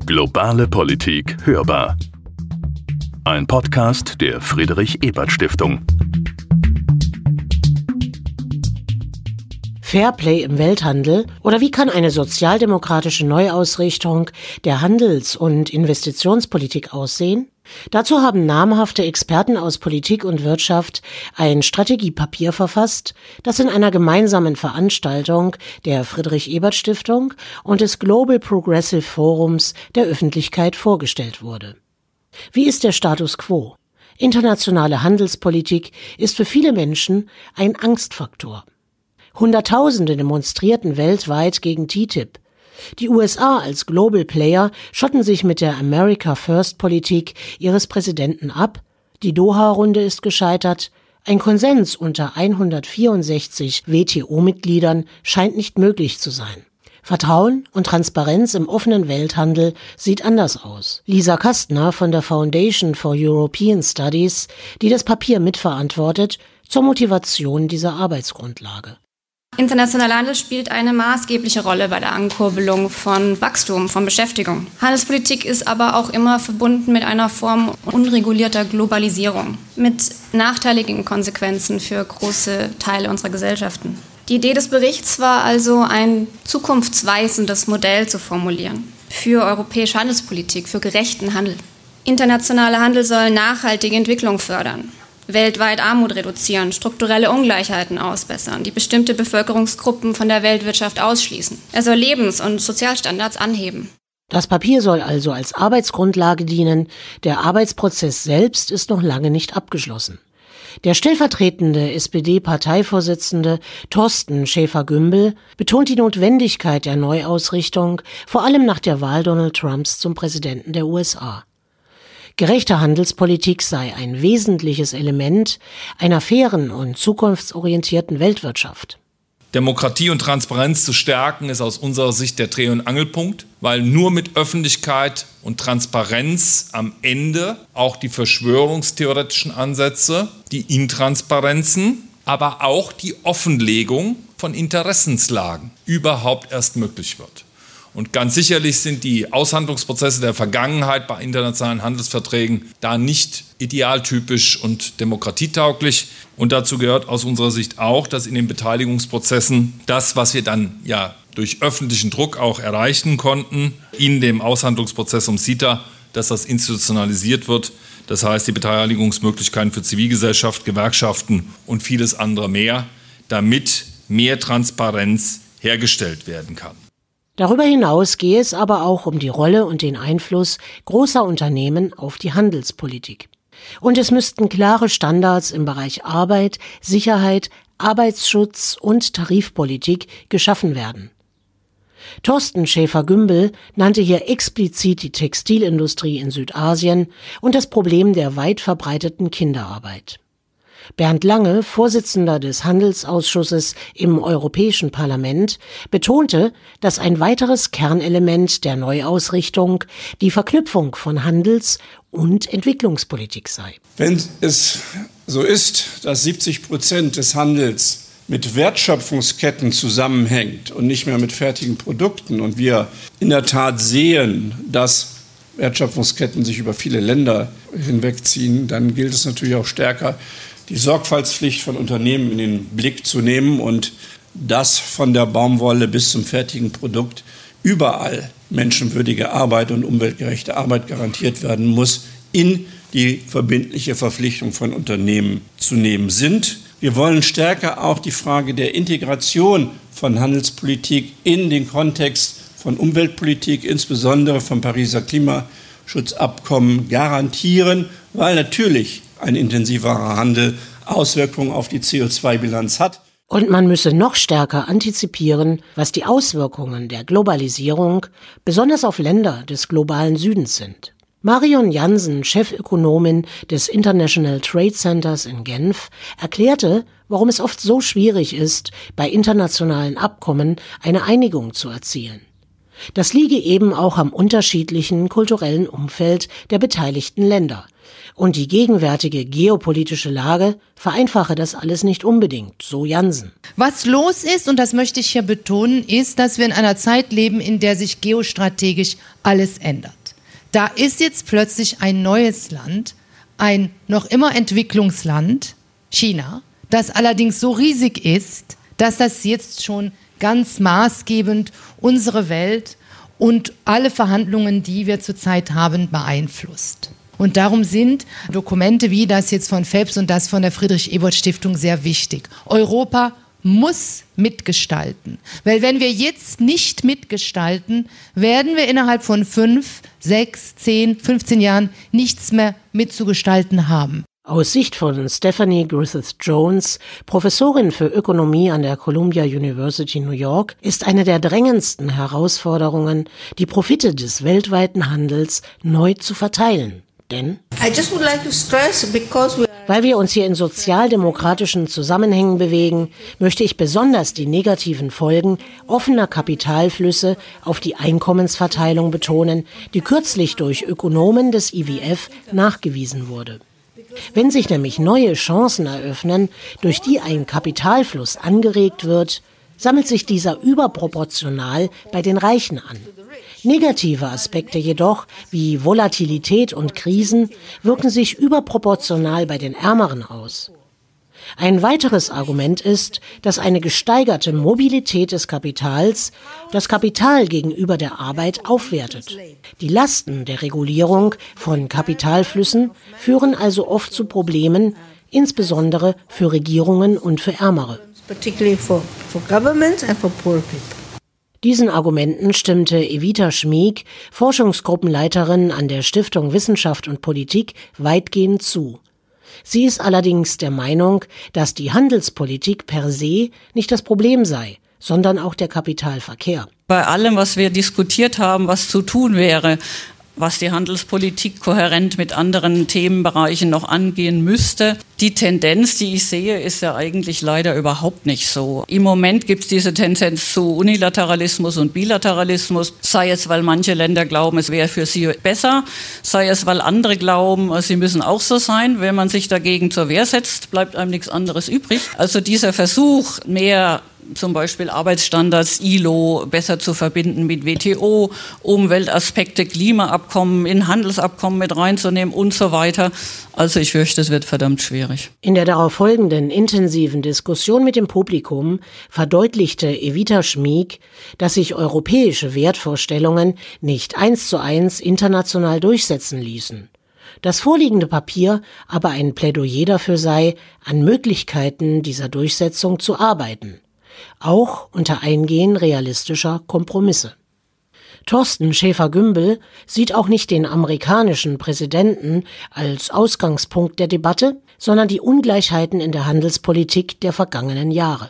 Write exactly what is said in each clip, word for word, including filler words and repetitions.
Globale Politik hörbar. Ein Podcast der Friedrich-Ebert-Stiftung. Fairplay im Welthandel oder wie kann eine sozialdemokratische Neuausrichtung der Handels- und Investitionspolitik aussehen? Dazu haben namhafte Experten aus Politik und Wirtschaft ein Strategiepapier verfasst, das in einer gemeinsamen Veranstaltung der Friedrich-Ebert-Stiftung und des Global Progressive Forums der Öffentlichkeit vorgestellt wurde. Wie ist der Status quo? Internationale Handelspolitik ist für viele Menschen ein Angstfaktor. Hunderttausende demonstrierten weltweit gegen T T I P. Die U S A als Global Player schotten sich mit der America First Politik ihres Präsidenten ab, die Doha-Runde ist gescheitert, ein Konsens unter hundertvierundsechzig W T O-Mitgliedern scheint nicht möglich zu sein. Vertrauen und Transparenz im offenen Welthandel sieht anders aus. Lisa Kastner von der Foundation for European Studies, die das Papier mitverantwortet, zur Motivation dieser Arbeitsgrundlage. Internationaler Handel spielt eine maßgebliche Rolle bei der Ankurbelung von Wachstum, von Beschäftigung. Handelspolitik ist aber auch immer verbunden mit einer Form unregulierter Globalisierung, mit nachteiligen Konsequenzen für große Teile unserer Gesellschaften. Die Idee des Berichts war also, ein zukunftsweisendes Modell zu formulieren für europäische Handelspolitik, für gerechten Handel. Internationaler Handel soll nachhaltige Entwicklung fördern, weltweit Armut reduzieren, strukturelle Ungleichheiten ausbessern, die bestimmte Bevölkerungsgruppen von der Weltwirtschaft ausschließen. Er soll Lebens- und Sozialstandards anheben. Das Papier soll also als Arbeitsgrundlage dienen. Der Arbeitsprozess selbst ist noch lange nicht abgeschlossen. Der stellvertretende S P D-Parteivorsitzende Thorsten Schäfer-Gümbel betont die Notwendigkeit der Neuausrichtung, vor allem nach der Wahl Donald Trumps zum Präsidenten der U S A. Gerechte Handelspolitik sei ein wesentliches Element einer fairen und zukunftsorientierten Weltwirtschaft. Demokratie und Transparenz zu stärken, ist aus unserer Sicht der Dreh- und Angelpunkt, weil nur mit Öffentlichkeit und Transparenz am Ende auch die verschwörungstheoretischen Ansätze, die Intransparenzen, aber auch die Offenlegung von Interessenslagen überhaupt erst möglich wird. Und ganz sicherlich sind die Aushandlungsprozesse der Vergangenheit bei internationalen Handelsverträgen da nicht idealtypisch und demokratietauglich. Und dazu gehört aus unserer Sicht auch, dass in den Beteiligungsprozessen das, was wir dann ja durch öffentlichen Druck auch erreichen konnten, in dem Aushandlungsprozess um CETA, dass das institutionalisiert wird. Das heißt, die Beteiligungsmöglichkeiten für Zivilgesellschaft, Gewerkschaften und vieles andere mehr, damit mehr Transparenz hergestellt werden kann. Darüber hinaus gehe es aber auch um die Rolle und den Einfluss großer Unternehmen auf die Handelspolitik. Und es müssten klare Standards im Bereich Arbeit, Sicherheit, Arbeitsschutz und Tarifpolitik geschaffen werden. Thorsten Schäfer-Gümbel nannte hier explizit die Textilindustrie in Südasien und das Problem der weit verbreiteten Kinderarbeit. Bernd Lange, Vorsitzender des Handelsausschusses im Europäischen Parlament, betonte, dass ein weiteres Kernelement der Neuausrichtung die Verknüpfung von Handels- und Entwicklungspolitik sei. Wenn es so ist, dass siebzig Prozent des Handels mit Wertschöpfungsketten zusammenhängt und nicht mehr mit fertigen Produkten und wir in der Tat sehen, dass Wertschöpfungsketten sich über viele Länder hinwegziehen, dann gilt es natürlich auch stärker, die Sorgfaltspflicht von Unternehmen in den Blick zu nehmen und dass von der Baumwolle bis zum fertigen Produkt überall menschenwürdige Arbeit und umweltgerechte Arbeit garantiert werden muss, in die verbindliche Verpflichtung von Unternehmen zu nehmen sind. Wir wollen stärker auch die Frage der Integration von Handelspolitik in den Kontext von Umweltpolitik, insbesondere vom Pariser Klimaschutzabkommen, garantieren, weil natürlich ein intensiverer Handel Auswirkungen auf die C O zwei Bilanz hat. Und man müsse noch stärker antizipieren, was die Auswirkungen der Globalisierung besonders auf Länder des globalen Südens sind. Marion Jansen, Chefökonomin des International Trade Centers in Genf, erklärte, warum es oft so schwierig ist, bei internationalen Abkommen eine Einigung zu erzielen. Das liege eben auch am unterschiedlichen kulturellen Umfeld der beteiligten Länder. Und die gegenwärtige geopolitische Lage vereinfache das alles nicht unbedingt, so Jansen. Was los ist, und das möchte ich hier betonen, ist, dass wir in einer Zeit leben, in der sich geostrategisch alles ändert. Da ist jetzt plötzlich ein neues Land, ein noch immer Entwicklungsland, China, das allerdings so riesig ist, dass das jetzt schon ganz maßgebend unsere Welt und alle Verhandlungen, die wir zurzeit haben, beeinflusst. Und darum sind Dokumente wie das jetzt von Phelps und das von der Friedrich-Ebert-Stiftung sehr wichtig. Europa muss mitgestalten. Weil wenn wir jetzt nicht mitgestalten, werden wir innerhalb von fünf, sechs, zehn, fünfzehn Jahren nichts mehr mitzugestalten haben. Aus Sicht von Stephanie Griffith-Jones, Professorin für Ökonomie an der Columbia University New York, ist eine der drängendsten Herausforderungen, die Profite des weltweiten Handels neu zu verteilen. Denn weil wir uns hier in sozialdemokratischen Zusammenhängen bewegen, möchte ich besonders die negativen Folgen offener Kapitalflüsse auf die Einkommensverteilung betonen, die kürzlich durch Ökonomen des I W F nachgewiesen wurde. Wenn sich nämlich neue Chancen eröffnen, durch die ein Kapitalfluss angeregt wird, sammelt sich dieser überproportional bei den Reichen an. Negative Aspekte jedoch, wie Volatilität und Krisen, wirken sich überproportional bei den Ärmeren aus. Ein weiteres Argument ist, dass eine gesteigerte Mobilität des Kapitals das Kapital gegenüber der Arbeit aufwertet. Die Lasten der Regulierung von Kapitalflüssen führen also oft zu Problemen, insbesondere für Regierungen und für Ärmere. Diesen Argumenten stimmte Evita Schmieg, Forschungsgruppenleiterin an der Stiftung Wissenschaft und Politik, weitgehend zu. Sie ist allerdings der Meinung, dass die Handelspolitik per se nicht das Problem sei, sondern auch der Kapitalverkehr. Bei allem, was wir diskutiert haben, was zu tun wäre, was die Handelspolitik kohärent mit anderen Themenbereichen noch angehen müsste. Die Tendenz, die ich sehe, ist ja eigentlich leider überhaupt nicht so. Im Moment gibt es diese Tendenz zu Unilateralismus und Bilateralismus, sei es, weil manche Länder glauben, es wäre für sie besser, sei es, weil andere glauben, sie müssen auch so sein. Wenn man sich dagegen zur Wehr setzt, bleibt einem nichts anderes übrig. Also dieser Versuch, mehr zum Beispiel Arbeitsstandards, I L O besser zu verbinden mit W T O, Umweltaspekte, Klimaabkommen in Handelsabkommen mit reinzunehmen und so weiter. Also ich fürchte, es wird verdammt schwierig. In der darauf folgenden intensiven Diskussion mit dem Publikum verdeutlichte Evita Schmieg, dass sich europäische Wertvorstellungen nicht eins zu eins international durchsetzen ließen. Das vorliegende Papier aber ein Plädoyer dafür sei, an Möglichkeiten dieser Durchsetzung zu arbeiten. Auch unter Eingehen realistischer Kompromisse. Thorsten Schäfer-Gümbel sieht auch nicht den amerikanischen Präsidenten als Ausgangspunkt der Debatte, sondern die Ungleichheiten in der Handelspolitik der vergangenen Jahre.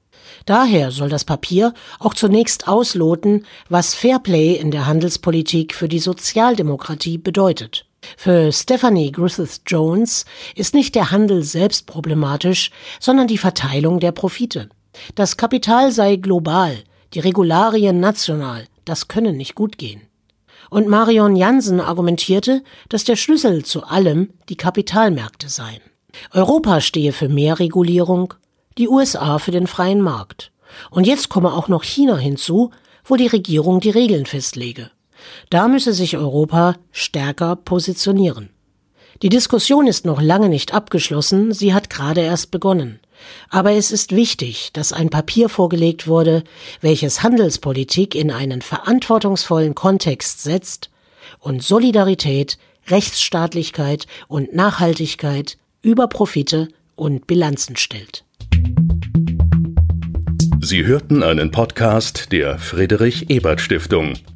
Daher soll das Papier auch zunächst ausloten, was Fairplay in der Handelspolitik für die Sozialdemokratie bedeutet. Für Stephanie Griffith-Jones ist nicht der Handel selbst problematisch, sondern die Verteilung der Profite. Das Kapital sei global, die Regularien national, das könne nicht gut gehen. Und Marion Jansen argumentierte, dass der Schlüssel zu allem die Kapitalmärkte seien. Europa stehe für mehr Regulierung, die U S A für den freien Markt. Und jetzt komme auch noch China hinzu, wo die Regierung die Regeln festlege. Da müsse sich Europa stärker positionieren. Die Diskussion ist noch lange nicht abgeschlossen, sie hat gerade erst begonnen. Aber es ist wichtig, dass ein Papier vorgelegt wurde, welches Handelspolitik in einen verantwortungsvollen Kontext setzt und Solidarität, Rechtsstaatlichkeit und Nachhaltigkeit über Profite und Bilanzen stellt. Sie hörten einen Podcast der Friedrich Ebert Stiftung.